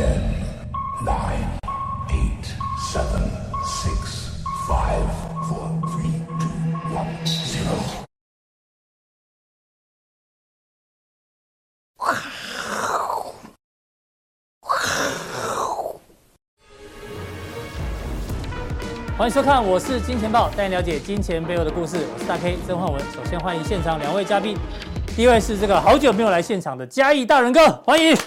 10, 9, 8, 7, 6, 5, 4, 3, 2, 1, 0. 欢迎收看，我是金钱豹，带你了解金钱背后的故事。我是大 K 曾焕文。首先欢迎现场两位嘉宾，第一位是这个好久没有来现场的嘉义大人哥，欢迎。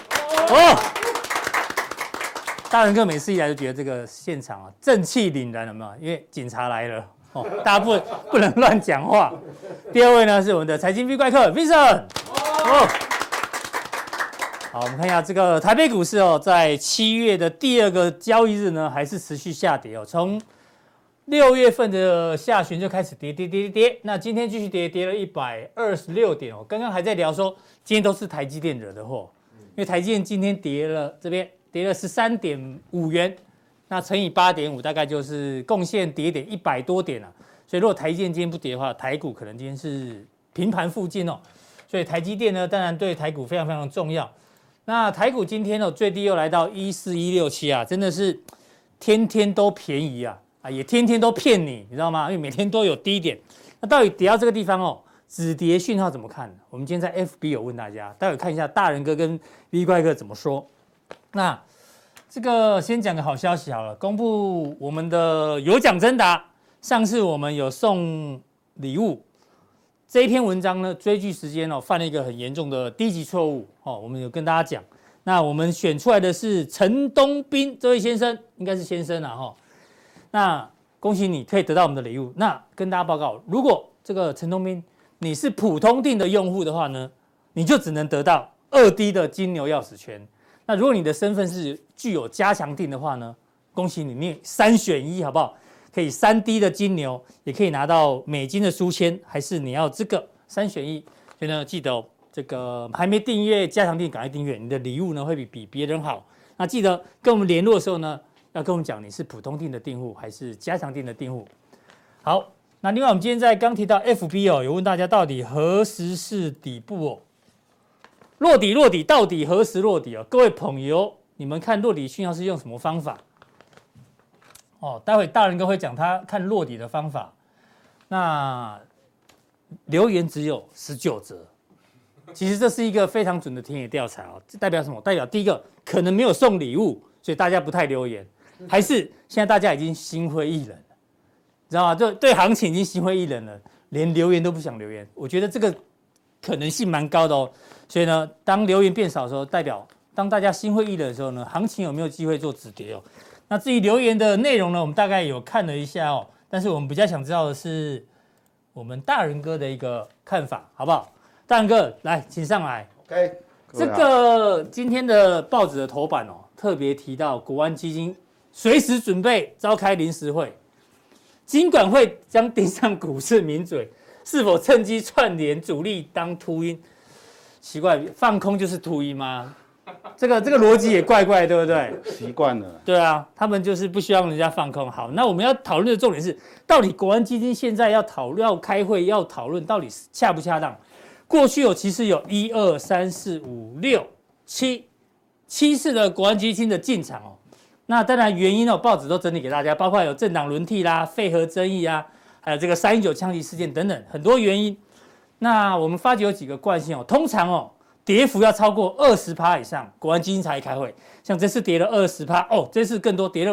大人哥每次一来就觉得这个现场啊正气凛然，有没有？因为警察来了哦，大家不能乱讲话。第二位呢是我们的财经 V 怪客 Vincent。好，我们看一下这个台北股市哦，在7月的第2个交易日呢，还是持续下跌哦，从6月份的下旬就开始跌，那今天继续跌了126点哦。刚刚还在聊说，今天都是台积电惹的祸，因为台积电今天跌了13.5元，那乘以8.5，大概就是贡献跌点100多点了。所以如果台积电今天不跌的话，台股可能今天是平盘附近哦。所以台积电呢，当然对台股非常非常重要。那台股今天哦，最低又来到14167啊，真的是天天都便宜啊。也天天都骗你，你知道吗？因为每天都有低点。那到底跌到这个地方哦，止跌讯号怎么看？我们今天在 FB 有问大家，待会看一下大人哥跟 V 怪哥怎么说。那这个先讲个好消息好了，公布我们的有奖征答。上次我们有送礼物，这一篇文章呢，追剧时间哦犯了一个很严重的低级错误哦，我们有跟大家讲。那我们选出来的是陈东斌这位先生，应该是先生啊哈。那恭喜你可以得到我们的礼物。那跟大家报告，如果这个陈东斌你是普通定的用户的话呢，你就只能得到2D 的金牛钥匙圈。那如果你的身份是具有加强定的话呢，恭喜你，你3选1，好不好？可以3D 的金牛，也可以拿到美金的书签，还是你要这个3选1？所以呢，记得哦，这个还没订阅加强定，赶快订阅，你的礼物呢会比别人好。那记得跟我们联络的时候呢，要跟我们讲你是普通定的订户还是加强定的订户。好，那另外我们今天在刚提到 FB 哦，有问大家到底何时是底部哦？落底到底何时落底哦？各位朋友，你们看落底讯号是用什么方法？哦，待会大人哥会讲他看落底的方法。那留言只有19则，其实这是一个非常准的田野调查哦。这代表什么？代表第一个可能没有送礼物，所以大家不太留言。还是现在大家已经心灰意冷了，知道吗？对行情已经心灰意冷了，连留言都不想留言。我觉得这个可能性蛮高的哦。所以呢，当留言变少的时候，代表当大家心灰意冷的时候呢，行情有没有机会做止跌哦？那至于留言的内容呢，我们大概有看了一下哦，但是我们比较想知道的是我们大人哥的一个看法，好不好？大人哥，来，请上来。 OK， 这个今天的报纸的头版哦，特别提到国安基金随时准备召开临时会，金管会将盯上股市名嘴，是否趁机串联主力当秃鹰？奇怪，放空就是秃鹰吗？这个逻辑也怪怪，对不对？ 习惯了。 对啊，他们就是不希望人家放空。好，那我们要讨论的重点是，到底国安基金现在要开会要讨论，到底恰不恰当？过去其实有1、2、3、4、5、6、7次的国安基金的进场哦。那当然原因报纸都整理给大家，包括有政党轮替啦、废核争议啊，还有这个319枪击事件等等很多原因。那我们发觉有几个惯性通常跌幅要超过20%以上，国安基金才开会。像这次跌了20%，这次更多跌了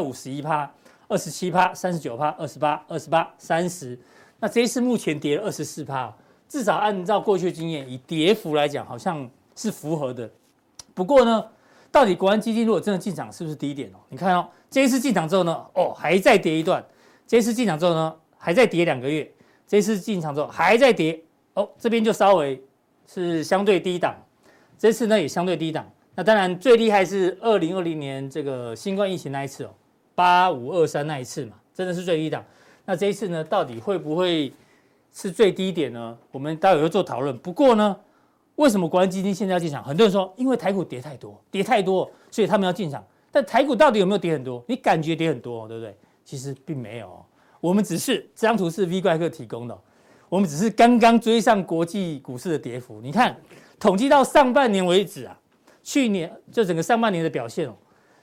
51%、27%、39%、28%、30%。那这一次目前跌了24%，至少按照过去的经验，以跌幅来讲，好像是符合的。不过呢，到底国安基金如果真的进场，是不是低点你看这一次进场之后呢，还在跌一段；这一次进场之后呢，还在跌2个月；这一次进场之后还在跌，这边就稍微是相对低档。这次呢也相对低档，那当然最厉害是2020年这个新冠疫情那一次8523那一次嘛，真的是最低档。那这一次呢，到底会不会是最低点呢？我们待会会做讨论。不过呢，为什么国安基金现在要进场？很多人说，因为台股跌太多，所以他们要进场。但台股到底有没有跌很多？你感觉跌很多，对不对？其实并没有我们只是这张图是 V 怪客提供的，我们只是刚刚追上国际股市的跌幅。你看，统计到上半年为止去年就整个上半年的表现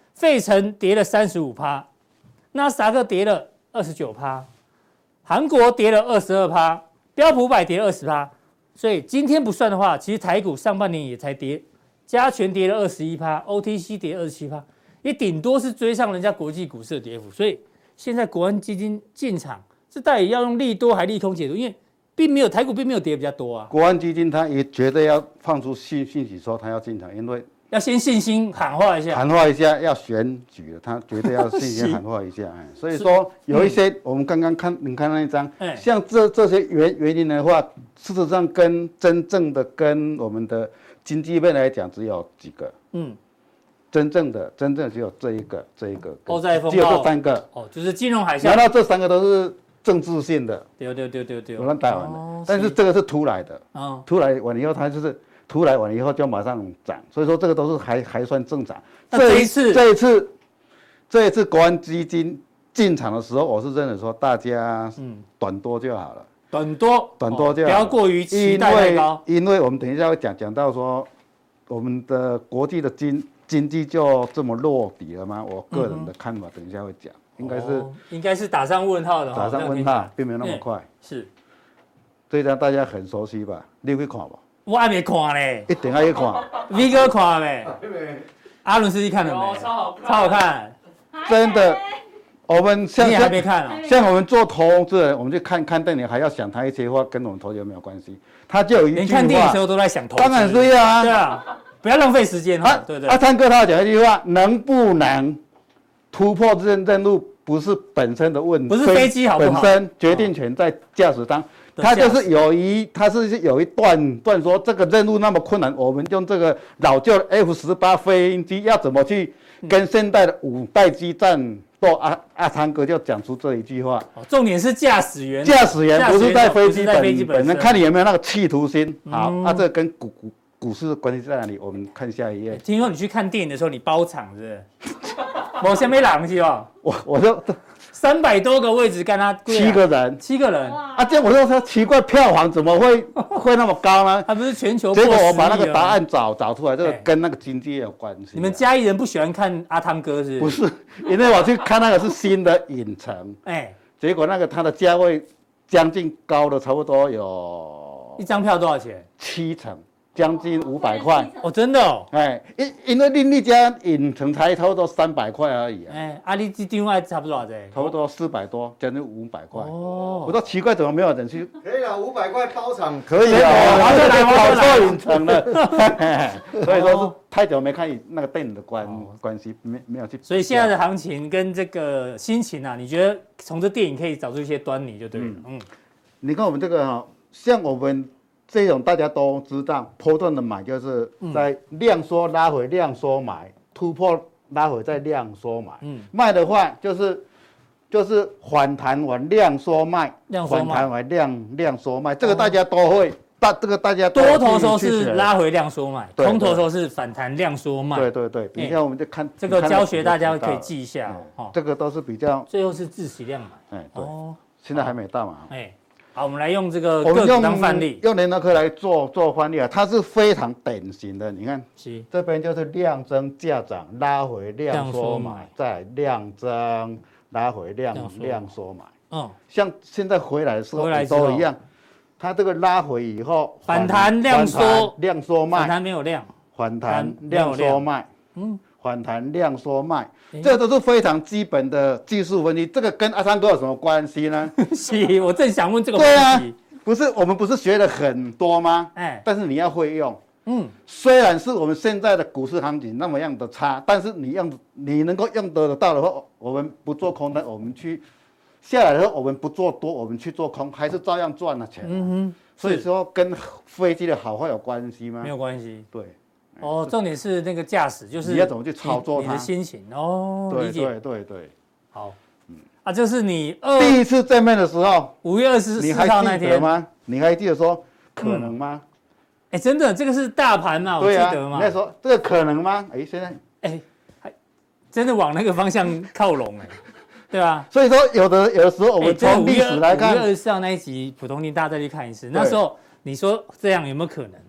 费城跌了35%，纳斯达克跌了29%，韩国跌了22%，标普500跌了20%。所以今天不算的话，其实台股上半年也才跌，加权跌了21%，OTC 跌27%，也顶多是追上人家国际股市的跌幅。所以现在国安基金进场，是到底要用利多还利空解读？因为并没有台股并没有跌比较多啊。 国安基金他也绝对要放出讯息说他要进场，因为要先信心喊话一下， 要选举了，他绝对要信心喊话一下。所以说有一些我们刚刚你看那一张，像这些原因的话，事实上跟真正的跟我们的经济面来讲，只有几个。真正的只有这一个，只有这3个。 就是金融海啸。 难道这3个都是政治性的？ 对， 我让台湾的，但是这个是突来的。突来完以后，它就是突来完以后就马上涨，所以说这个都是还算正常。这一次国安基金进场的时候，我是认为说大家短多就好了。短多就好， 不要过于期待太高。 因为我们等一下会讲到说，我们的国际的经济就这么落底了吗？我个人的看法，等一下会讲， 应该是打上问号的， 打上问号，并没有那么快。 是， 这张大家很熟悉吧？你会看吧？ 我还没看嘞， 一定要去看。 V 哥看没？阿伦斯基看了没？超好看， 真的。我们你也还没看啊？ 像我们做投资人，我们去看电影，还要想他一些话跟我们投资有没有关系？他就有一句话，连看电影的时候都在想投资， 当然是要啊。 对啊。不要浪费时间哈，对不对？ 昌哥他讲一句话，能不能突破这任务，不是本身的问题， 不是飞机好不好， 本身决定权在驾驶舱。他就是有一段说这个任务那么困难，我们用这个老旧的 F-18飞机要怎么去跟现代的5代机战斗？阿昌哥就讲出这一句话。 重点是驾驶员不是在飞机本身，看你有没有那个企图心。好，这跟股市的关系在哪里？我们看下一页。 听说你去看电影的时候，你包场是不是？我先没人是吧？ 我就 300多个位置，跟他 7个人这样我就说奇怪，票房怎么会那么高呢？ 它不是全球结果我把那个答案找出来，这个跟那个经济有关系。 你们嘉义人不喜欢看阿汤哥是？ 不是，因为我去看那个是新的影城，结果那个它的价位将近高了差不多有 1张票多少钱 ？7成。将近500块真的哦， 因为另一家影城才差不多300块而已阿里这另外差不多多少钱？ 差不多400多，将近500块。我说奇怪，怎么没有人去？ 可以了，500块包场可以啊，跑错影城了。所以说是太久没看那个电影的关系，没有去。 所以现在的行情跟这个心情啊，你觉得从这电影可以找出一些端倪就对了。 你看我们这个像我们。这种大家都知道，波段的买就是在量缩拉回，量缩买，突破拉回再量缩买。卖的话就是反弹完量缩卖，反弹完量缩卖，这个大家都会，这个大家多头时候是拉回量缩买，空头时候是反弹量缩卖。 对，你看我们就看这个教学，大家可以记一下。 这个都是比较， 最后是自息量买。 对，现在还没到嘛。 好，我们来用这个个股当范例， 用联合科来做范例啊，它是非常典型的。你看，这边就是量增价涨，拉回量缩买，再量增拉回量缩买。像现在回来的时候都一样，它这个拉回以后反弹量缩卖， 反弹没有量， 反弹量缩卖，反弹量缩卖。这都是非常基本的技术分析，这个跟阿昌哥有什么关系呢？ 是，我正想问这个问题。对啊， 我们不是学了很多吗？但是你要会用。虽然是我们现在的股市行情那么样的差，但是你能够用得到的话，我们不做空单，我们去下来的时候，我们不做多，我们去做空，还是照样赚了钱。所以说跟飞机的好坏有关系吗？ 没有关系。 对。 重点是那个驾驶，就是你要怎么去操作它， 你的心情理解。 对， 好，这是你第一次见面的时候 ，5月24号那天吗？你还记得说可能吗？ 真的，这个是大盘嘛，我记得嘛。 你在说这个可能吗？现在还真的往那个方向靠拢对吧？ 所以说有的时候我们从历史来看 ，5月24号那一集普通定大家再去看一次，那时候你说这样有没有可能？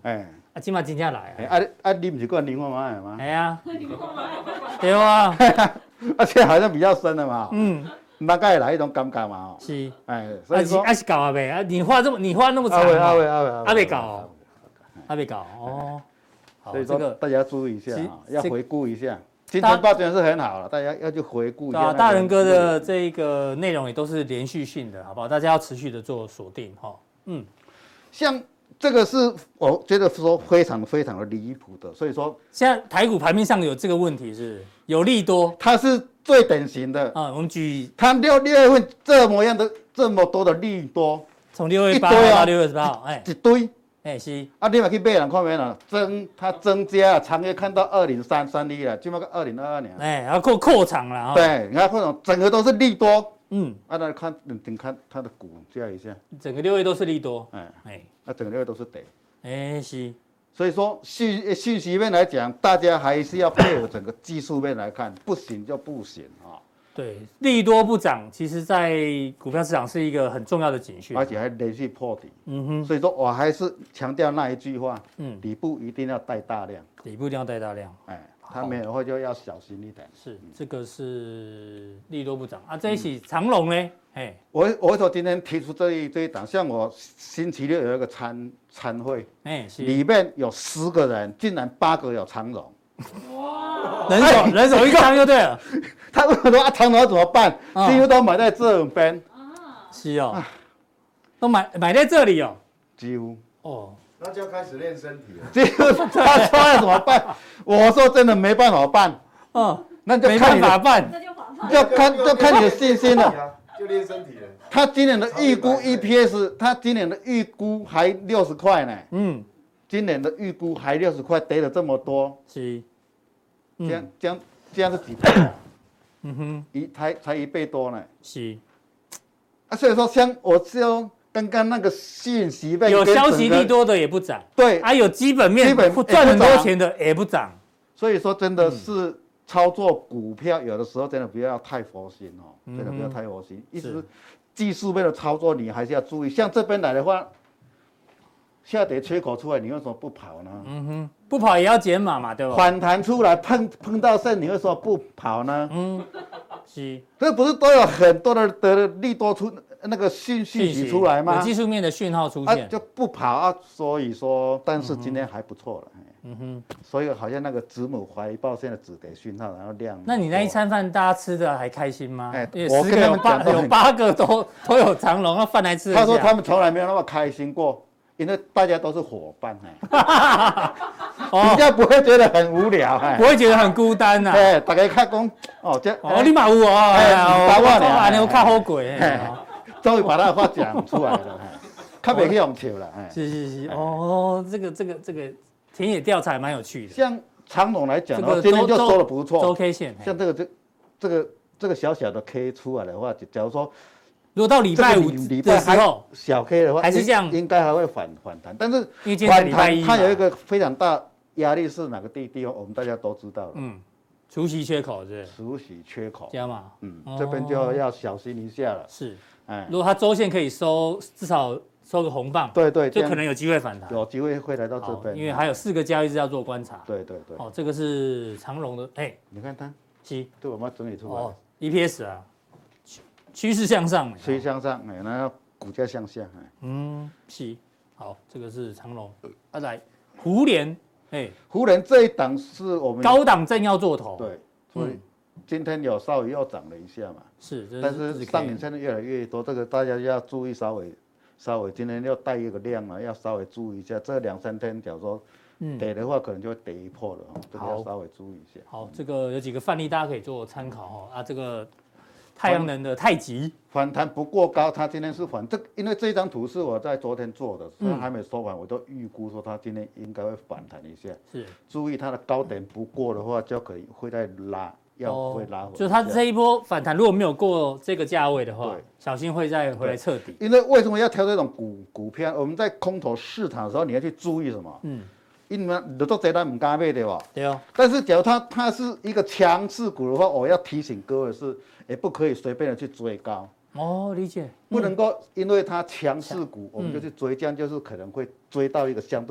啊，今嘛真正来你不是讲零万买吗？ 哎呀，对啊， 而且好像比较深的嘛，大概来一种感觉嘛， 是， 所以说是搞啊呗，啊，你画那么长，阿未搞，哦， 所以说大家注意一下，要回顾一下。金钱豹真的是很好了，大家要去回顾一下。 大人哥的这个内容也都是连续性的，好不好？大家要持续的做锁定哈。 像这个是我觉得说非常的离谱的，所以说现在台股盘面上有这个问题是有利多， 它是最典型的啊。我们举它六月份这么多的利多， 从6月8号到6月18号， 一堆。 是啊，你嘛去买人看没啦？它增加，长月看到2031了，今嘛个2022年。 要扩场了。 对，你看这种整个都是利多。那看它的股价一下， 整个6月都是利多。 整个6月都是跌。 是。 所以说讯息面来讲，大家还是要配合整个技术面来看，不行就不行啊。 对，利多不涨，其实在股票市场是一个很重要的警讯， 而且还连续破底。所以说我还是强调那一句话，底部一定要带大量，它没有的话就要小心一点。 是，这个是利多不涨啊。这一起长荣呢？ 我为什么今天提出这一档？像我星期六有一个参会，里面有10个人，竟然8个有长荣。 人手一张就对了。 他问我说长荣要怎么办？几乎都买在这边。 是哦，都买在这里哦。 几乎。 那就要开始练身体了。 几乎他说要怎么办？我说真的没办法办。那就看你的办，就看你的信心了。 就练身体了。 他今年的预估 EPS， 他今年的预估还60块呢。今年的预估还60块，跌了这么多。 是。 这样是几倍啊？才1倍多呢。 是。 所以说像我就刚刚那个讯息面， 有消息利多的也不涨， 对， 有基本面赚很多钱的也不涨。 所以说真的是操作股票，有的时候真的不要太佛心哦，真的不要太佛心。一直技术面的操作你还是要注意。像这边来的话，下跌缺口出来，你为什么不跑呢？ 不跑也要减码嘛，对吧？ 反弹出来碰到线，你为什么不跑呢？ 是。 这不是都有很多的利多出那个讯息出来吗？ 有技术面的讯号出现， 就不跑啊。所以说，但是今天还不错了。所以好像那个子母怀抱现在只给讯号，然后量。 那你那一餐饭大家吃的还开心吗？ 我跟他们讲， 有8个都有长荣，那饭来吃。 他说他们从来没有那么开心过。因为大家都是伙伴，比较不会觉得很无聊， 不会觉得很孤单呐。 对，大家看讲你嘛有我看好鬼， 终于把他的话讲出来了，看不起用球了。 是，这个田野调查蛮有趣的。 像长荣来讲，今天就收的不错， 周 K 线， 像这个小小的 K 出来的话，假如说。 如果到礼拜5的时候， 小 K 的话， 还是这样， 应该还会反弹。但是反弹它有一个非常大压力是哪个地方？我们大家都知道了。 除息缺口是。 除息缺口。 加码。 这边就要小心一下了。 是。如果它周线可以至少收个红棒， 对， 就可能有机会反弹。 有机会会来到这边， 因为还有4个交易日要做观察。 对。 这个是长荣的， 你看它， 对， 我们整理出来。 EPS 啊。趋势向上， 趋势向上，然后股价向下， 是，好，这个是长荣，来，胡联， 胡联这一档是我们高档正要做头， 对，所以今天有稍微又涨了一下嘛， 是， 但是上影线的越来越多，这个大家要注意，稍微今天要带一个量了，要稍微注意一下，这2、3天假如说跌的话，可能就会跌一破了，这个要稍微注意一下。 好，这个有几个范例大家可以做参考这个。太阳能的太极反弹不过高，它今天是因为这张图是我在昨天做的，它还没收完，我都预估说它今天应该会反弹一下。 是， 注意它的高点不过的话，就可以会再拉，会拉回。 就它这一波反弹如果没有过这个价位的话，小心会再回来彻底。 因为为什么要挑这种股票？我们在空头市场的时候，你要去注意什么？因为你都这单不敢买对吧？ 对哦。 但是假如它是一个强势股的话，我要提醒各位是，也不可以随便的去追高。 理解。 不能够因为它强势股，我们就去追，这样就是可能会追到一个相对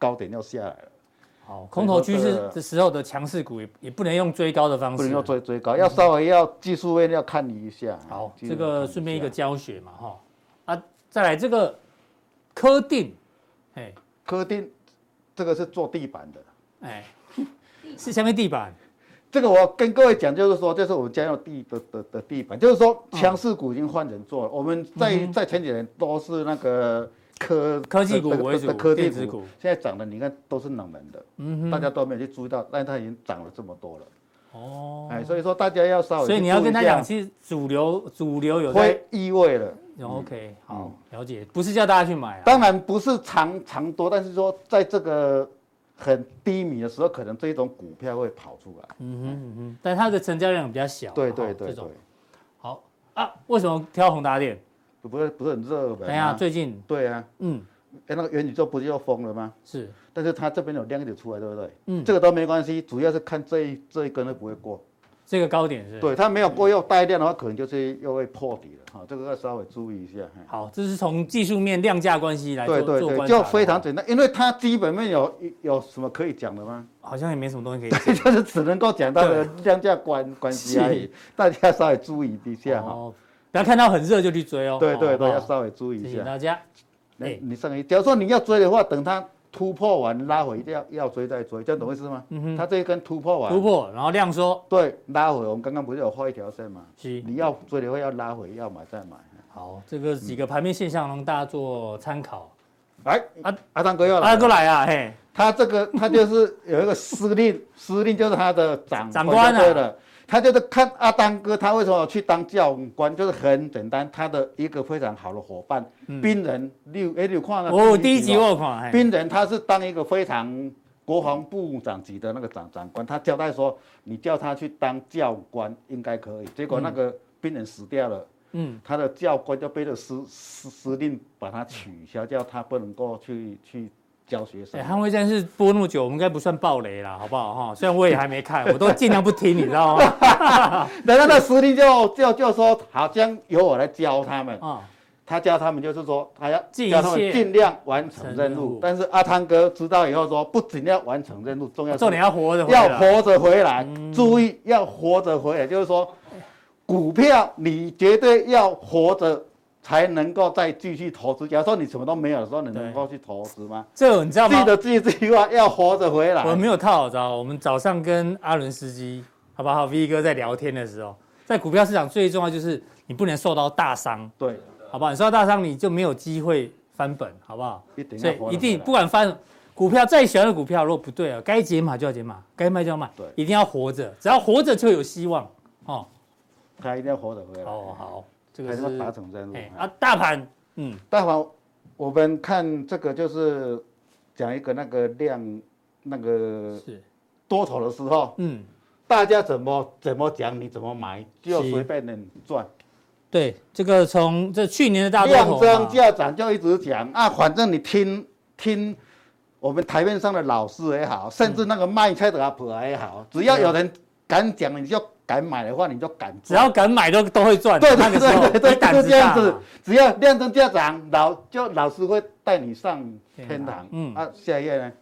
高点要下来了。 好，空头趋势的时候的强势股也不能用追高的方式， 不能用追高，要稍微要技术面要看一下。 好，这个顺便一个教学嘛，哈啊，再来这个科定， 科定这个是做地板的， 是下面地板。 这个我跟各位讲，就是说，这是我们家用的地板，就是说强势股已经换人做了。我们在前几年都是那个科技股为主， 科技股， 现在涨的你看都是冷门的，大家都没有去注意到，但它已经涨了这么多了。哦，所以说大家要稍微， 所以你要跟他讲，其实主流有会意味了。 OK， 好，了解，不是叫大家去买啊。 当然不是长多，但是说在这个很低迷的时候，可能这一种股票会跑出来。 但它的成交量比较小。 对。 这种好啊，为什么挑宏达电？ 不是很热门。 哎呀，最近。 对啊。那个元宇宙不是要封了吗？是。但是它这边有亮点出来，对不对？这个都没关系，主要是看这一根会不会过。 这个高点是。 对，它没有过又带量的话，可能就是又会破底了。这个要稍微注意一下。 好，这是从技术面量价关系来做观察， 就非常简单，因为它基本面有什么可以讲的吗？ 好像也没什么东西可以讲， 就是只能够讲到的量价关系而已，大家稍微注意一下哈。 不要看到很热就去追哦。 对，要稍微注意一下。 谢谢大家。 你上一，假如说你要追的话，等它突破完拉回，一定要追再追，这样懂意思吗？它这一根突破完， 然后量缩， 对，拉回，我们刚刚不是有画一条线吗？你要追的话要拉回，要买再买。 好，这个几个盘面现象让大家做参考。 来，阿汤哥要来， 阿哥来啊，嘿， 他就是有一个司令就是他的长官对了。他就是看阿当哥，他为什么去当教官，就是很简单，他的一个非常好的伙伴，冰人你有看了？第一集我有看。 冰人他是当一个非常国防部长级的那个长官，他交代说，你叫他去当教官应该可以。结果那个冰人死掉了，他的教官就被司令把他取消，叫他不能够去教学生。 捍卫战士播那么久，我们应该不算暴雷啦，好不好哈？虽然我也还没看，我都尽量不听，你知道吗？ 然后那司令就说，好，将由我来教他们。他教他们就是说，他要教他们尽量完成任务。但是阿汤哥知道以后说，不仅要完成任务，重点要活着回来。注意要活着回来，就是说，股票你绝对要活着。才能够再继续投资。假如说你什么都没有的时候，你能够去投资吗？ 这你知道吗？ 记得这句话，要活着回来。 我没有套，知道？我们早上跟阿伦斯基，好不好 ？V 哥在聊天的时候，在股票市场最重要就是你不能受到大伤， 对， 好不好？你受到大伤，你就没有机会翻本，好不好？ 所以一定不管翻股票再喜欢的股票，如果不对啊，该解码就要解码，该卖就要卖，对，一定要活着，只要活着就有希望哦。 他一定要活着回来。 哦，好。这个是达成任务大盘， 大盘，我们看这个就是讲一个那个量，那个多头的时候，大家怎么讲，你怎么买，就随便能赚。 对，这个从这去年的大多头量增价涨就一直讲啊，反正你听我们台面上的老师也好，甚至那个卖菜的阿婆也好，只要有人敢讲，你就。敢买的话，你就敢， 只要敢买都会赚。 对， 那个时候对，就是这样子。只要量增价涨，老师会带你上天堂。下一页呢？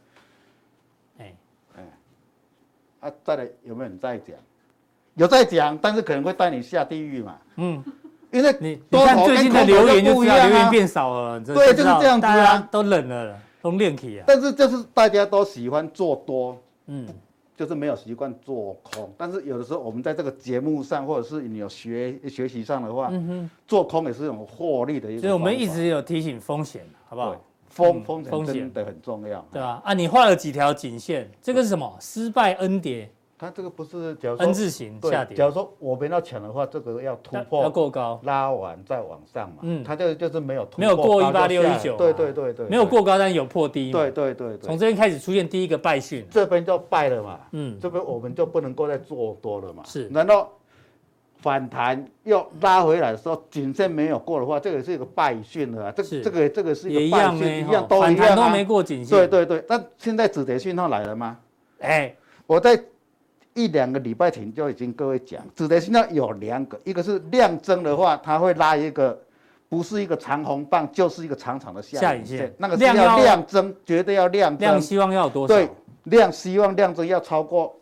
再来有没有人在讲？有在讲，但是可能会带你下地狱嘛。因为你看最近的留言就知道，留言变少了。 对，就是这样子啊， 大家都冷了，都练起啊。 但是就是大家都喜欢做多，就是没有习惯做空，但是有的时候我们在这个节目上，或者是你有学习上的话，做空也是一种获利的一个。 所以我们一直有提醒风险，好不好？ 风险真的很重要， 对吧？你画了几条颈线，这个是什么？失败 N 跌。 它这个不是假如说 N 字形下跌。 假如说我们要抢的话，这个要突破， 要过高， 拉完再往上嘛。它这个就是没有突破， 没有过18619。 对， 没有过高，但有破低。 对。 从这边开始出现第一个败讯， 这边就败了嘛。这边我们就不能够再做多了嘛。 是， 然后反弹又拉回来的时候，颈线没有过的话，这个是一个败讯了。这个是一个败讯，一样都一样啊。 反弹都没过颈线。 对。那现在止跌讯号来了吗？我在1-2个礼拜前就已经各位讲，止跌讯号有2个，一个是量增的话，它会拉一个不是一个长红棒，就是一个长长的下影线，那个是量要量增，绝对要量增。 量希望要有多少？ 对，希望量增要超过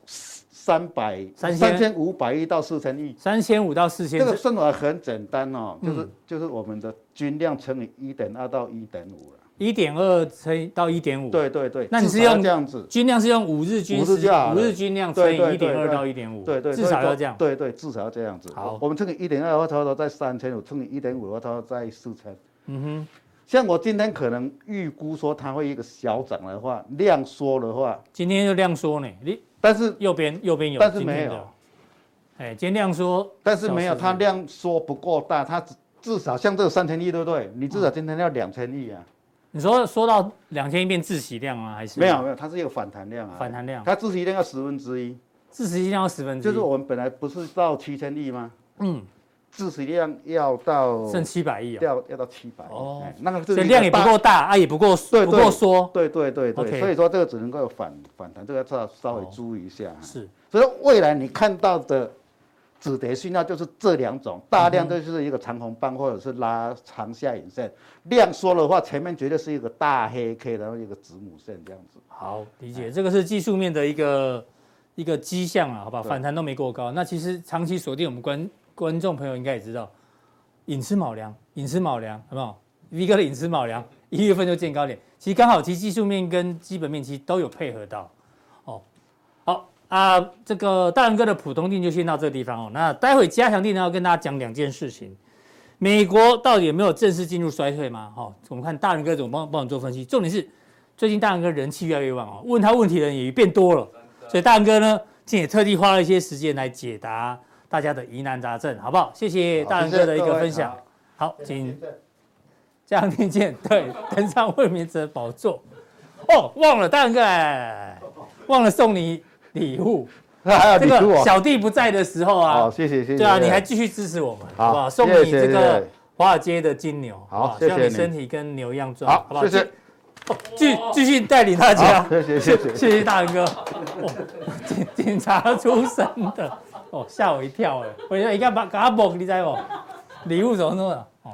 3500亿到4000亿。 3500到4000。 这个算法很简单哦，就是我们的均量乘以1.2到1.5了。 1.2乘以到1.5。 对。 那你是用这样子， 均量是用5日均量乘以1.2到1.5。 对， 至少要这样。 对，至少要这样子。 好， 我们乘以1.2的话，差不多在3500，乘以1.5的话，差不多在4000。 嗯哼。 像我今天可能预估说它会一个小涨的话，量缩的话， 今天就量缩呢， 但是右边有， 但是没有， 今天量缩， 但是没有，它量缩不够大，它至少像这个3000亿，对不对？你至少今天要2000亿啊。 你说到2000亿变自息量啊，还是没有，它是一个反弹量啊， 反弹量， 它自息量要1/10， 自息量要1/10， 就是我们本来不是到7000亿吗？自息量要到剩700亿要到700亿哦， 那个所以量也不够大啊，也不够缩， 对，所以说这个只能够有反弹，这个要稍微注意一下。 是， 所以未来你看到的止跌讯号就是这2种，大量就是一个长红棒或者是拉长下影线，量缩的话前面绝对是一个大黑 K， 然后一个子母线这样子。 好，理解，这个是技术面的一个迹象啊，好不好？反弹都没过高，那其实长期锁定我们观众朋友应该也知道，隐吃卯粮，好不好 ？V 哥的隐吃卯粮，1月份就见高点，其实刚好，其实技术面跟基本面其实都有配合到，哦，好啊，这个大仁哥的普通定就先到这个地方哦。那待会加强定呢要跟大家讲2件事情，美国到底有没有正式进入衰退吗？哦，我们看大仁哥怎么帮我们做分析，重点是最近大仁哥人气越来越旺哦，问他问题的人也变多了，所以大仁哥呢，今天也特地花了一些时间来解答大家的疑难杂症，好不好？谢谢大仁哥的一个分享。好，请加强定见，对，登上卫冕者宝座。哦，忘了大仁哥来，忘了送你礼物。 还有礼物，这个小弟不在的时候啊， 谢谢。 对啊，你还继续支持我们，好不好？送你这个华尔街的金牛， 好， 希望你身体跟牛一样壮， 好不好？ 谢谢。 继续带领大家， 谢谢大仁哥。哦，警察出身的，哦，吓我一跳哎！我一看把他摸，你知不？礼物怎么弄的？哦。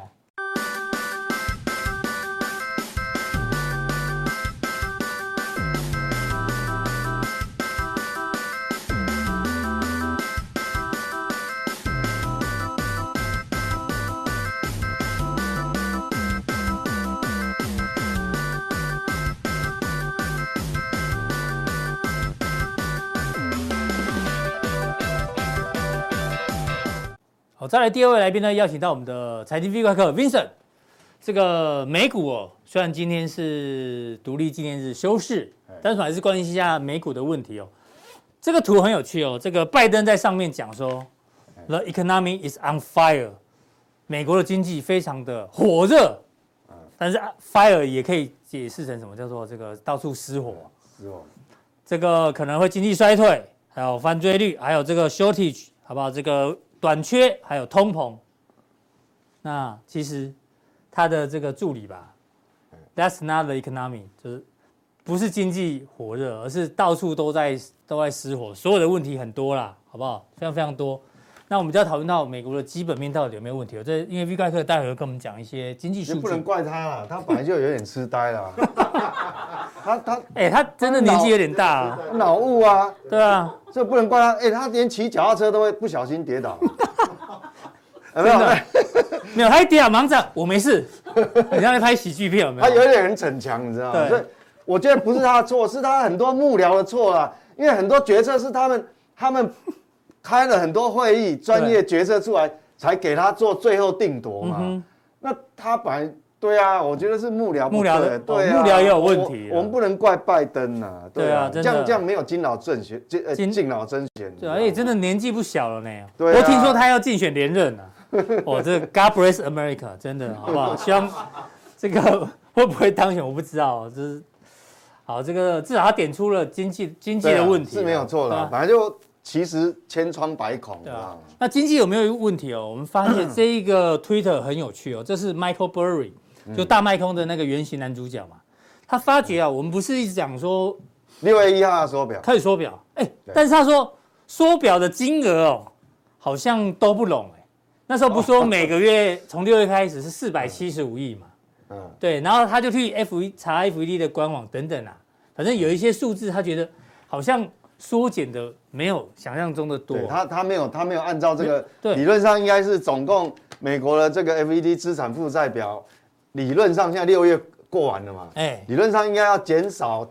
好，再来第2位来宾呢，邀请到我们的财经 V 怪客 Vincent。这个美股哦，虽然今天是独立纪念日休市，但是还是关心一下美股的问题哦。这个图很有趣哦，这个拜登在上面讲说 ，The economy is on fire， 美国的经济非常的火热，但是 fire 也可以解释成什么，叫做这个到处失火，这个可能会经济衰退，还有犯罪率，还有这个 shortage， 好不好？这个短缺还有通膨，那其实他的这个助理吧 ，That's not the economy， 就是不是经济火热，而是到处都在失火，所有的问题很多啦，好不好？非常非常多。那我们就要讨论到美国的基本面到底有没有问题？这因为 V 怪客待会会跟我们讲一些经济数据， 不能怪他啦，他本来就有点痴呆啦。 他真的年纪有点大啊， 脑雾啊， 对啊， 这不能怪他。他连骑脚踏车都会不小心跌倒。没有， 没有，他一跌倒忙着我没事，很像在拍喜剧片，有没有？ 他有点很逞强，你知道吗？所以我觉得不是他的错，是他很多幕僚的错啦。因为很多决策是他们开了很多会议，专业决策出来才给他做最后定夺嘛。那他本来。对啊，我觉得是幕僚的，对啊， 幕僚也有问题。 我们不能怪拜登呐， 对啊， 这样没有敬老尊贤，敬老尊贤。 对啊，而且真的年纪不小了呢。 对， 我听说他要竞选连任了。哦，这 God bless America， 真的好不好？希望这个会不会当选我不知道，就是好，这个至少他点出了经济的问题是没有错的，本来就其实千疮百孔。对啊， 那经济有没有问题哦？我们发现这一个 Twitter 很有趣哦，这是 Michael Burry。就大麦空的那个原型男主角嘛，他发觉啊，我们不是一直讲说 6月1号的缩表， 开始缩表，但是他说缩表的金额哦，好像都不拢那时候不说每个月从6月开始是475亿嘛，对，然后他就去查 FED 的官网等等啊，反正有一些数字他觉得好像缩减的没有想象中的多。 他没有按照这个，理论上应该是总共美国的这个 FED 资产负债表，理论上现在6月过完了嘛，理论上应该要减少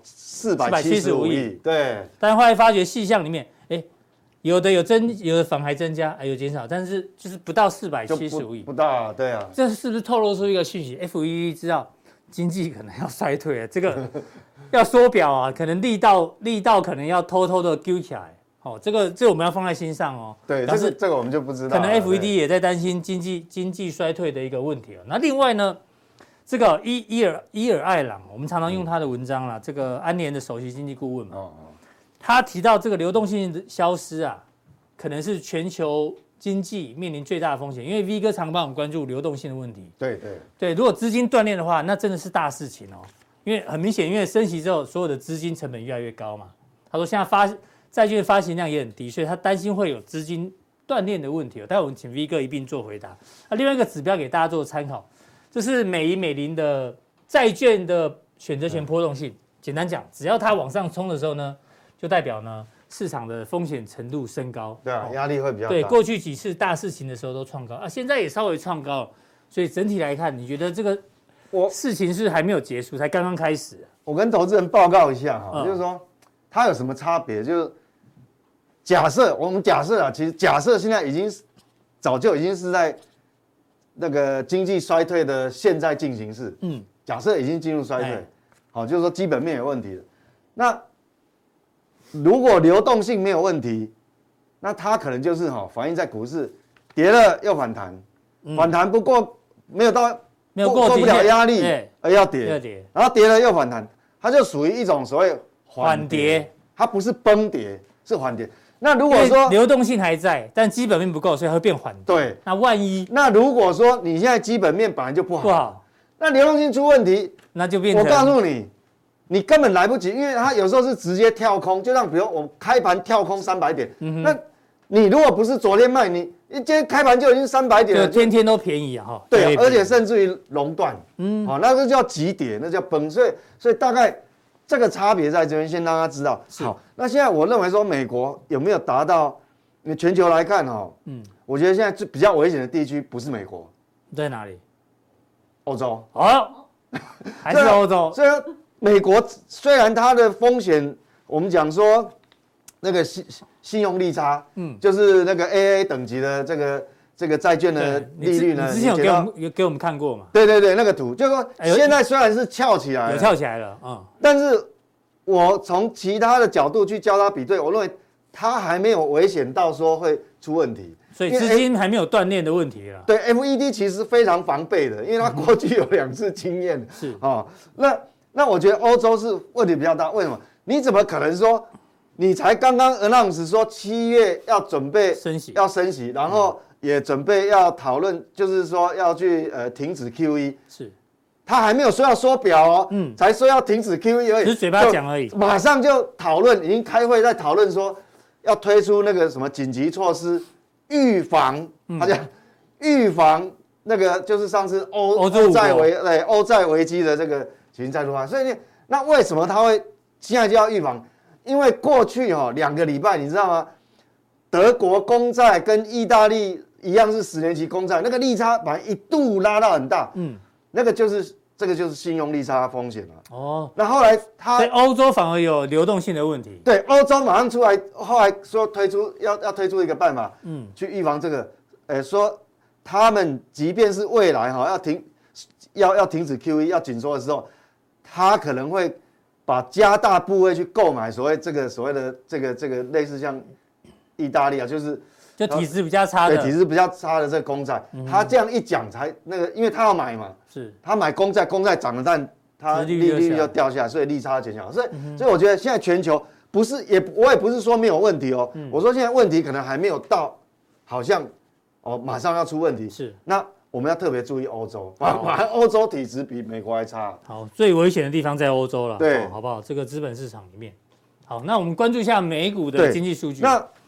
475亿，对。 但是后来发觉细项里面，有的有的反而还增加，有减少，但是就是不到475亿， 不到，对啊。 这是不是透露出一个讯息 ？FED 知道经济可能要衰退了，这个要缩表啊，可能力道可能要偷偷的揪起来。这个我们要放在心上哦。 对，这个我们就不知道。 可能 FED 也在担心经济衰退的一个问题。那另外呢，这个伊尔艾朗，我们常常用他的文章啦，这个安联的首席经济顾问嘛，他提到这个流动性的消失啊，可能是全球经济面临最大的风险。因为 V 哥常帮我们关注流动性的问题。对，如果资金断裂的话，那真的是大事情哦。因为很明显，因为升息之后，所有的资金成本越来越高嘛。他说现在债券发行量也很低，所以他担心会有资金断裂的问题。待会我们请 V 哥一并做回答。另外一个指标给大家做参考，这是美银美林的债券的选择权波动性。简单讲，只要它往上冲的时候呢，就代表呢市场的风险程度升高。 对啊，压力会比较大。 对，过去几次大事情的时候都创高啊，现在也稍微创高了。所以整体来看，你觉得这个事情是还没有结束，才刚刚开始。 我跟投资人报告一下哈，就是说它有什么差别？就是我们假设啊，其实假设现在早就已经是在那个经济衰退的现在进行式。假设已经进入衰退，好，就是说基本面有问题了。那如果流动性没有问题，那它可能就是反映在股市跌了又反弹，反弹不过没有过不了压力，而要跌，然后跌了又反弹，它就属于一种所谓缓跌，它不是崩跌，是缓跌。那如果说流动性还在，但基本面不够，所以它会变缓跌。 对， 那如果说你现在基本面本来就不好，那流动性出问题， 那就变成我告诉你，你根本来不及，因为它有时候是直接跳空，就像比如我开盘跳空300点，那你如果不是昨天卖，你今天开盘就已经300点了， 天天都便宜啊！ 对，而且甚至于熔断，那个叫急跌，那叫崩，所以大概这个差别在这边，先让大家知道。好，那现在我认为说美国有没有达到？你全球来看我觉得现在比较危险的地区不是美国， 在哪里？ 欧洲。 还是欧洲。 虽然美国虽然它的风险，我们讲说那个信用利差，就是那个 AA 等级的这个债券的利率呢， 你之前有给我们看过嘛？ 对，那个图就是说，现在虽然是翘起来了， 有翘起来了， 但是我从其他的角度去交叉比对，我认为它还没有危险到说会出问题， 所以资金还没有断裂的问题了。 对 ，FED 其实非常防备的，因为它过去有2次经验， 是那我觉得欧洲是问题比较大，为什么？你怎么可能说？你才刚刚 announce 说7月要准备要升息，然后也准备要讨论，就是说要去停止 QE， 是， 他还没有说要缩表才说要停止 QE 而已， 只是嘴巴讲而已， 马上就讨论，已经开会在讨论说要推出那个什么紧急措施，预防，他讲预防那个就是上次欧债危机的这个情形再出发，所以那为什么他会现在就要预防？因为过去2个礼拜，你知道吗？德国公债跟意大利一样是10年期公债，那个利差把一度拉到很大，这个就是信用利差风险了。那后来所以欧洲反而有流动性的问题。 对，欧洲马上出来，后来说要推出一个办法，去预防这个，说他们即便是未来要停止 QE 要紧缩的时候，他可能会把加大部位去购买所谓的这个类似像意大利就体质比较差的， 对，体质比较差的这个公债，他这样一讲才那个，因为他要买嘛， 是， 他买公债涨了，但他利率就掉下来，所以利差减小，所以我觉得现在全球不是我也不是说没有问题我说现在问题可能还没有到，好像马上要出问题， 是， 那我们要特别注意欧洲，反而欧洲体质比美国还差。 好，最危险的地方在欧洲了， 对， 好不好？这个资本市场里面。好，那我们关注一下美股的经济数据。 那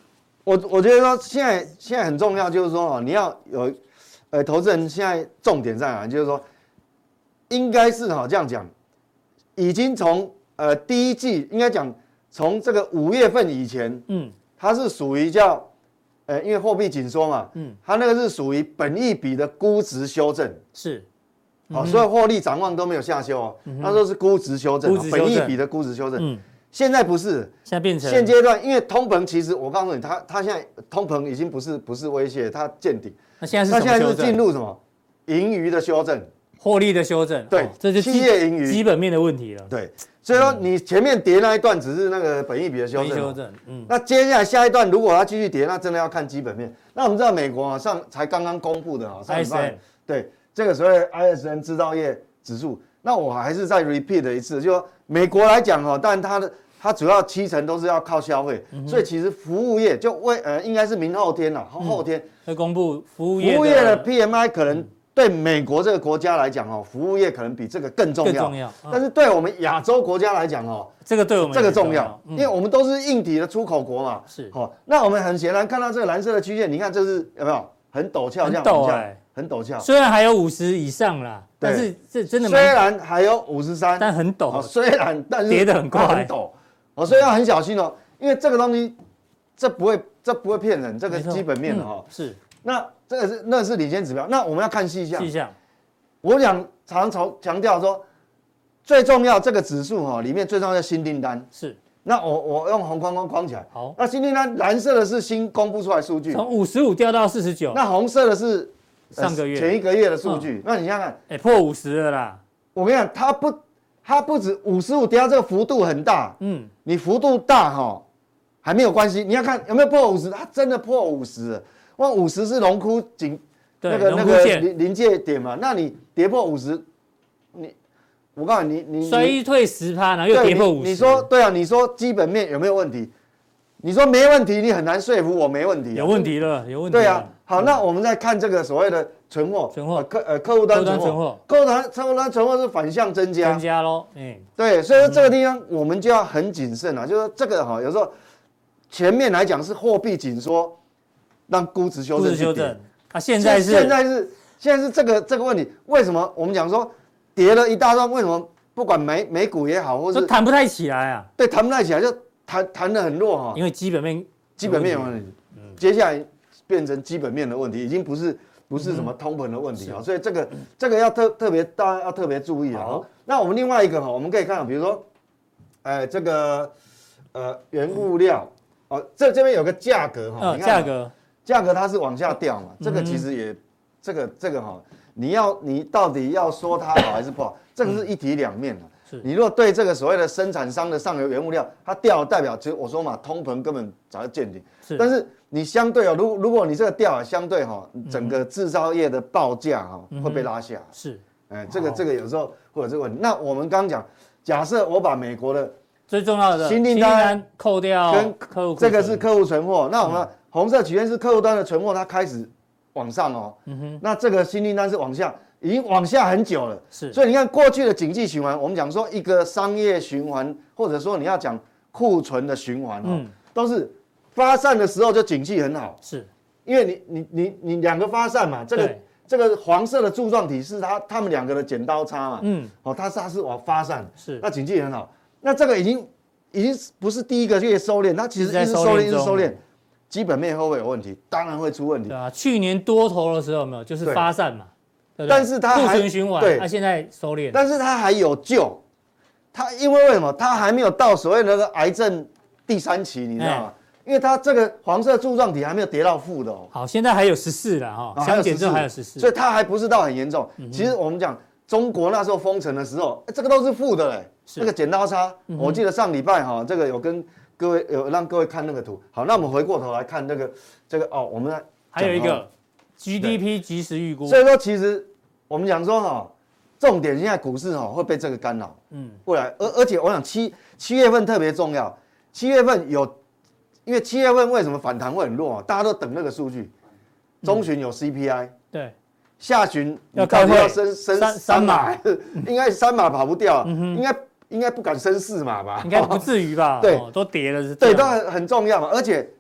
我觉得说现在很重要，就是说你要有投资人现在重点在哪？就是说应该是这样讲，已经从第一季应该讲从这个5月份以前，它是属于叫因为货币紧缩嘛，它那个是属于本益比的估值修正， 是。 所以获利展望都没有下修哦，那时候是估值修正，本益比的估值修正。现在不是， 现在变成现阶段，因为通膨其实我告诉你，它现在通膨已经不是威胁，它见顶。 那现在是进入什么盈余的修正， 获利的修正。 对， 这就企业盈余基本面的问题了。 对，所以说你前面跌那一段只是那个本益比的修正，那接下来下一段如果它继续跌，那真的要看基本面。那我们知道美国才刚刚公布的上礼拜，对。这个所谓 ISM 制造业指数，那我还是再 repeat 一次，就说美国来讲但它主要70%都是要靠消费，所以其实服务业就应该是明后天了，后天会公布服务业的 PMI， 可能对美国这个国家来讲服务业可能比这个更重要，但是对我们亚洲国家来讲这个对我们这个重要，因为我们都是硬体的出口国嘛， 是那我们很显然看到这个蓝色的曲线，你看这是有没有很陡峭这样往下？很陡峭， 虽然还有50以上啦，但是这真的虽然还有53， 但很陡。 但是跌得很快， 很陡。所以要很小心因为这个东西这不会骗人，这个基本面是。 那这个那是领先指标，那我们要看细项。我常强调说，最重要这个指数里面最重要的新订单是。 那我用红框框起来。 好。 那新订单蓝色的是新公布出来数据， 从55掉到49。 那红色的是上个月前一个月的数据，那你想想看， 破50了啦。 我跟你讲，它不止55跌到这个幅度很大，你幅度大还没有关系，你要看有没有破50，它真的破50了。哇，50是荣枯那个临界点嘛，那你跌破50，我告诉你衰退10%，然后又跌破50， 你说对啊？你说基本面有没有问题？你说没问题，你很难说服我没问题。 有问题了，有问题。 对啊，好，那我们再看这个所谓的存货，客户端存货，客户端存货是反向增加咯。 对，所以说这个地方我们就要很谨慎啊，就是这个有时候前面来讲是货币紧缩，让估值修正。 现在是这个问题，为什么我们讲说跌了一大段，为什么不管美股也好，或是弹不太起来啊？ 对，弹不太起来就。弹得很弱因为基本面有问题，接下来变成基本面的问题，已经不是什么通膨的问题所以这个要大家要特别注意那我们另外一个我们可以看到，比如说，这个原物料这边有个价格你看价格它是往下掉嘛，这个其实也这个你到底要说它好还是不好，这个是一体两面的。你如果对这个所谓的生产商的上游原物料，它掉代表，其实我说嘛，通膨根本早就见顶。但是你相对如果你这个掉相对整个制造业的报价会被拉下。 是， 这个有时候会有这个问题。那我们刚刚讲，假设我把美国的最重要的新订单扣掉， 跟客户这个是客户存货，那我们红色曲线是客户端的存货，它开始往上那这个新订单是往下。已经往下很久了，所以你看过去的景气循环，我们讲说一个商业循环，或者说你要讲库存的循环都是发散的时候就景气很好， 是因为你两个发散嘛，这个黄色的柱状体是他们两个的剪刀差嘛，它是往发散， 是那景气很好，那这个已经不是第一个月收敛，它其实一直收敛，基本面会不会有问题？当然会出问题。 对啊，去年多头的时候有没有就是发散嘛？ 但是它库存循环，它现在收敛， 但是它还有救，因为什么？它还没有到所谓的癌症第3期，你知道吗？因为它这个黄色柱状体还没有跌到负的好，现在还有14了相减之后还有14， 所以它还不是到很严重。其实我们讲中国那时候封城的时候，这个都是负的那个剪刀差。我记得上礼拜这个有跟各位让各位看那个图。好，那我们回过头来看这个我们还有一个。GDP 即时预估， 所以说其实我们讲说重点现在股市会被这个干扰，未来而且我想七月份特别重要，7月份因为7月份为什么反弹会很弱大家都等那个数据，中旬有 CPI， 对， 下旬要开会要升3码，应该3码跑不掉，应该不敢升4码吧， 应该不至于吧？ 对， 都跌了， 对，都很重要嘛，而且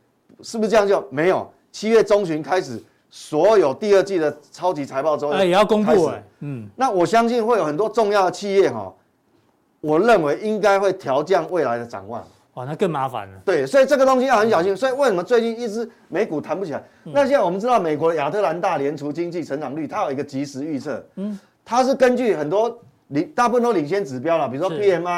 是不是这样就没有？7月中旬开始，所有第2季的超级财报周也要公布那我相信会有很多重要的企业我认为应该会调降未来的展望。 哇，那更麻烦了。 对，所以这个东西要很小心。所以为什么最近一直美股弹不起来？那现在我们知道美国的亚特兰大联储经济成长率，它有一个即时预测，它是根据很多大部分都领先指标啦，比如说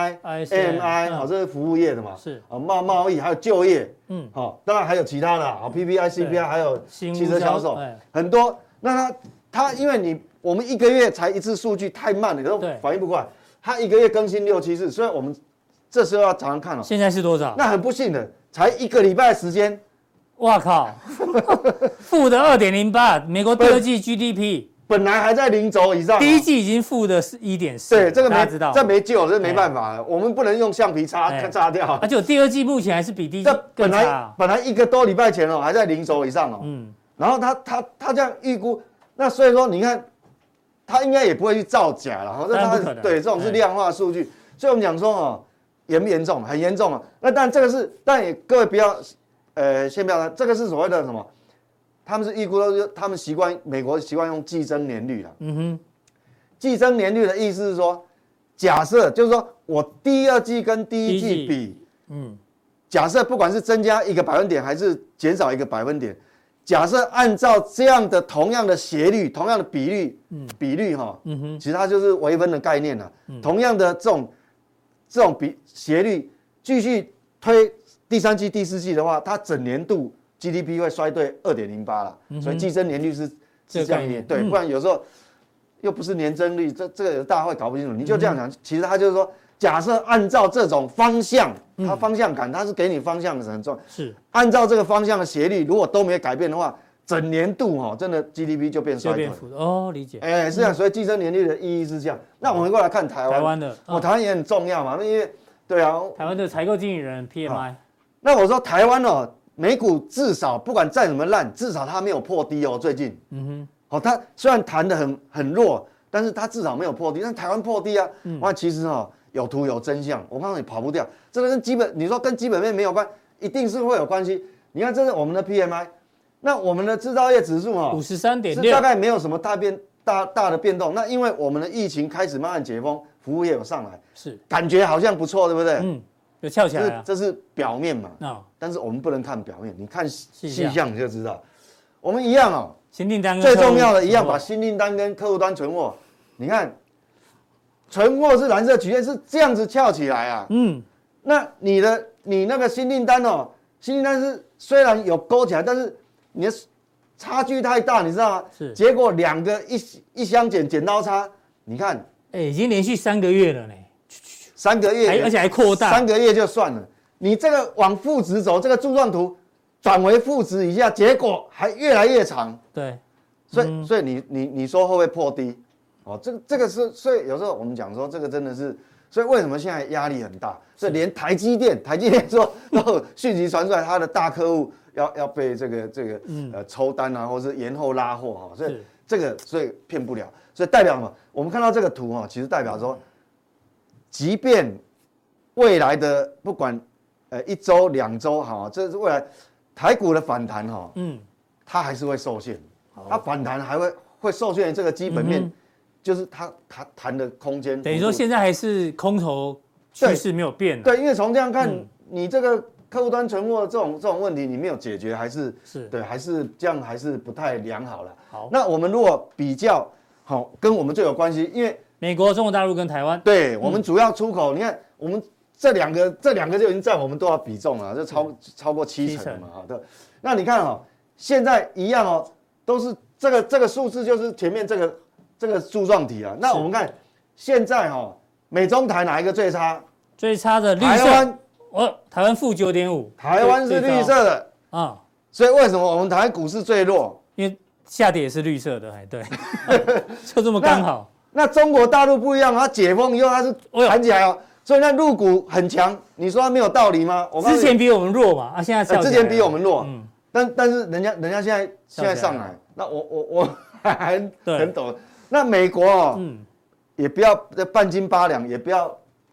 PMI、AMI， 这是服务业的嘛， 是贸易还有就业，当然还有其他的PPI、CPI， 还有汽车销售，很多。那它因为我们1个月才一次数据太慢了，有时候反应不过来，它1个月更新6、7次，所以我们这时候要常常看现在是多少？ 那很不幸的，才1个礼拜的时间， 哇靠，负的2.08，美国第2季 GDP。 本来还在0轴以上， 第1季已经负的是1.4， 对，这个大家知道， 这没救了，这没办法了，我们不能用橡皮擦掉。 而且第2季目前还是比第1季更差。 本来1个多礼拜前还在0轴以上然后他这样预估，那所以说你看，他应该也不会去造假了，对，这种是量化数据，所以我们讲说严不严重，很严重那但这个是，但也各位不要，先不要，这个是所谓的什么？他们是预估到，他们美国习惯用季增年率啦。季增年率的意思是说，假设就是说我第2季跟第1季比，假设不管是增加1个百分点还是减少1个百分点，假设按照这样的同样的斜率、同样的比率其实它就是微分的概念啦。同样的这种斜率继续推第3季、第4季的话，它整年度GDP 会衰退2.08啦，所以季增年率是这样一点，对，不然有时候又不是年增率，这个大家会搞不清楚。你就这样讲，其实它就是说，假设按照这种方向，它方向感，它是给你方向是很重要， 是按照这个方向的斜率，如果都没改变的话，整年度真的 GDP 就变衰退。 理解。 是这样，所以季增年率的意义是这样。那我们过来看台湾的，台湾也很重要嘛，因为对啊， 台湾的采购经理人 PMI， 那我说台湾美股至少不管再怎么烂，至少它没有破低最近。它虽然弹得很弱，但是它至少没有破低。但台湾破低啊，其实有图有真相，我告诉你跑不掉。这个你说跟基本面没有关，一定是会有关系。你看这是我们的 PMI， 那我们的制造业指数 53.6， 是大概没有什么大的变动。那因为我们的疫情开始慢慢解封，服务业有上来， 是感觉好像不错，对不对？ 有翘起来了， 这是表面嘛，但是我们不能看表面，你看细项你就知道。我们一样新订单最重要的一样，把新订单跟客户端存货，你看，存货是蓝色曲线是这样子翘起来啊，那你那个新订单新订单是虽然有勾起来，但是你的差距太大，你知道吗？ 是， 结果2个一相剪刀差，你看， 已经连续3个月了呢。 3个月， 而且还扩大 ，3个月就算了，你这个往负值走，这个柱状图转为负值以下，结果还越来越长。 对， 所以你说会不会破低？这个是，所以有时候我们讲说这个真的是，所以为什么现在压力很大？所以连台积电说都有讯息传出来，他的大客户要被这个抽单啊，或是延后拉货所以这个所以骗不了，所以代表什么？我们看到这个图其实代表说。即便未来的不管1周2周这是未来台股的反弹它还是会受限，它反弹还会受限这个基本面，就是它弹的空间。 等于说现在还是空头趋势没有变。 对，因为从这样看，你这个客户端存货这种问题你没有解决，还是对，还是这样还是不太良好了。好，那我们如果比较跟我们最有关系，因为。 美国、中国大陆跟台湾， 对我们主要出口，你看我们这两个就已经占我们多少比重了？就超过70%嘛，对。那你看现在一样都是这个数字就是前面这个柱状体啊。那我们看现在美中台哪一个最差？ 最差的绿色。台湾负9.5， 台湾是绿色的所以为什么我们台湾股市最弱？ 因为下跌也是绿色的，对，就这么刚好。 那中国大陆不一样，它解封以后它是弹起来所以那陆股很强，你说它没有道理吗？ 之前比我们弱嘛，现在之前比我们弱，但是人家现在上来，那我还很抖。那美国也不要半斤八两，也不要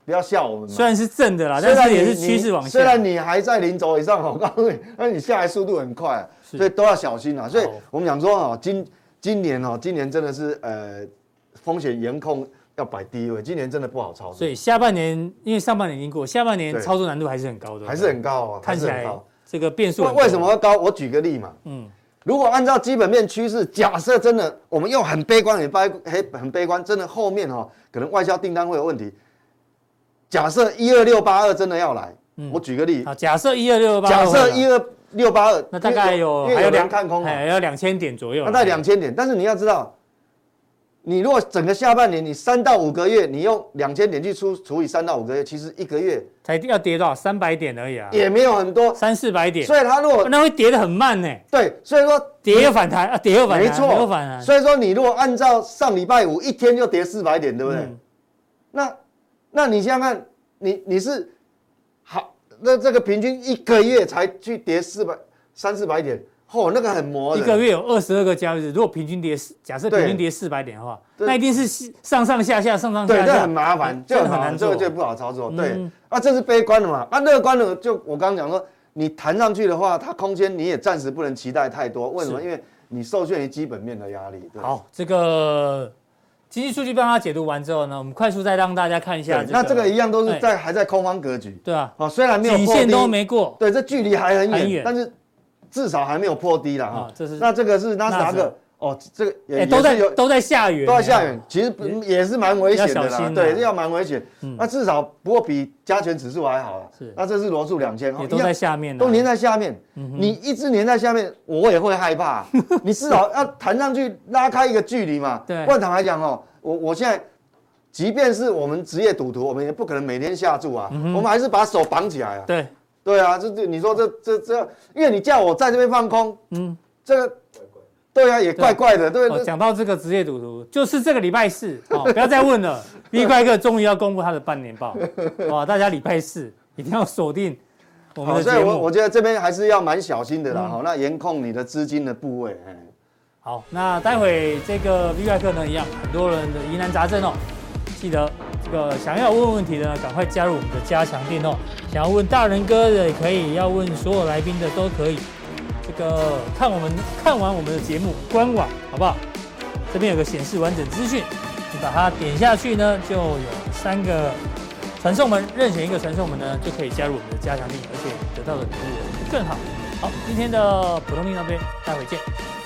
不要笑我们嘛。 虽然是正的啦，但是也是趋势往下。 虽然你还在0轴以上，我告诉你，那你下来速度很快，所以都要小心啊。所以我们讲说哦，今年真的是风险严控要摆第一位，今年真的不好操作。 所以下半年因为上半年已经过，下半年操作难度还是很高的， 还是很高啊， 看起来这个变数为什么会高？我举个例嘛，如果按照基本面趋势，假设真的我们又很悲观，很悲观，真的后面可能外销订单会有问题。假设12682真的要来，我举个例， 假设12682， 假设12682， 那大概还有人看空， 还要2000点左右， 那大概2000点。但是你要知道，你如果整个下半年你3到5个月，你用2000点去除以3到5个月，其实1个月才要跌多少300点而已啊， 也没有很多 ，300-400点。 所以它如果那会跌得很慢呢。 对，所以说跌又反弹啊，跌又反弹， 没错， 跌又反弹。 所以说你如果按照上礼拜5一天就跌400点，对不对？那你想想看，你是好，那这个平均1个月才去跌300-400点。那个很磨人。 1个月有22个交易日，如果平均跌，假设平均跌400点的话，那一定是上上下下， 对，这很麻烦， 就很难做， 这个就不好操作。对，这是悲观的嘛。乐观的就我刚刚讲说，你弹上去的话，它空间你也暂时不能期待太多。为什么？因为你受限于基本面的压力。 好，这个经济数据帮他解读完之后呢，我们快速再让大家看一下。 那这个一样都是还在空方格局。 对啊。 虽然没有底线都没过。 对，这距离还很远，但是。至少还没有破低啦。那这个是纳斯达克这个也都在下缘， 其实也是蛮危险的啦，对，要蛮危险。那至少不过比加权指数还好啦。那这是罗素2000， 也都在下面， 都粘在下面。你一直粘在下面，我也会害怕。你至少要弹上去拉开一个距离嘛。 对， 不然坦白讲我现在，即便是我们职业赌徒，我们也不可能每天下注啊，我们还是把手绑起来啊。 对。 对啊，你说这，因为你叫我在这边放空，这个，对啊，也怪怪的，对。 讲到这个职业赌徒，就是这个礼拜4，不要再问了。V 怪客终于要公布他的半年报，哇，大家礼拜4一定要锁定我们的节目。 所以我觉得这边还是要蛮小心的啦，那严控你的资金的部位。 好，那待会这个 V 怪客呢，一样很多人的疑难杂症记得。这个想要问问题的呢，赶快加入我们的加强店想要问大人哥的也可以，要问所有来宾的都可以。这个看完我们的节目官网好不好？这边有个显示完整资讯，你把它点下去呢，就有3个传送门，任选一个传送门呢，就可以加入我们的加强店，而且得到的服务更好。好，今天的普通力那边，待会见。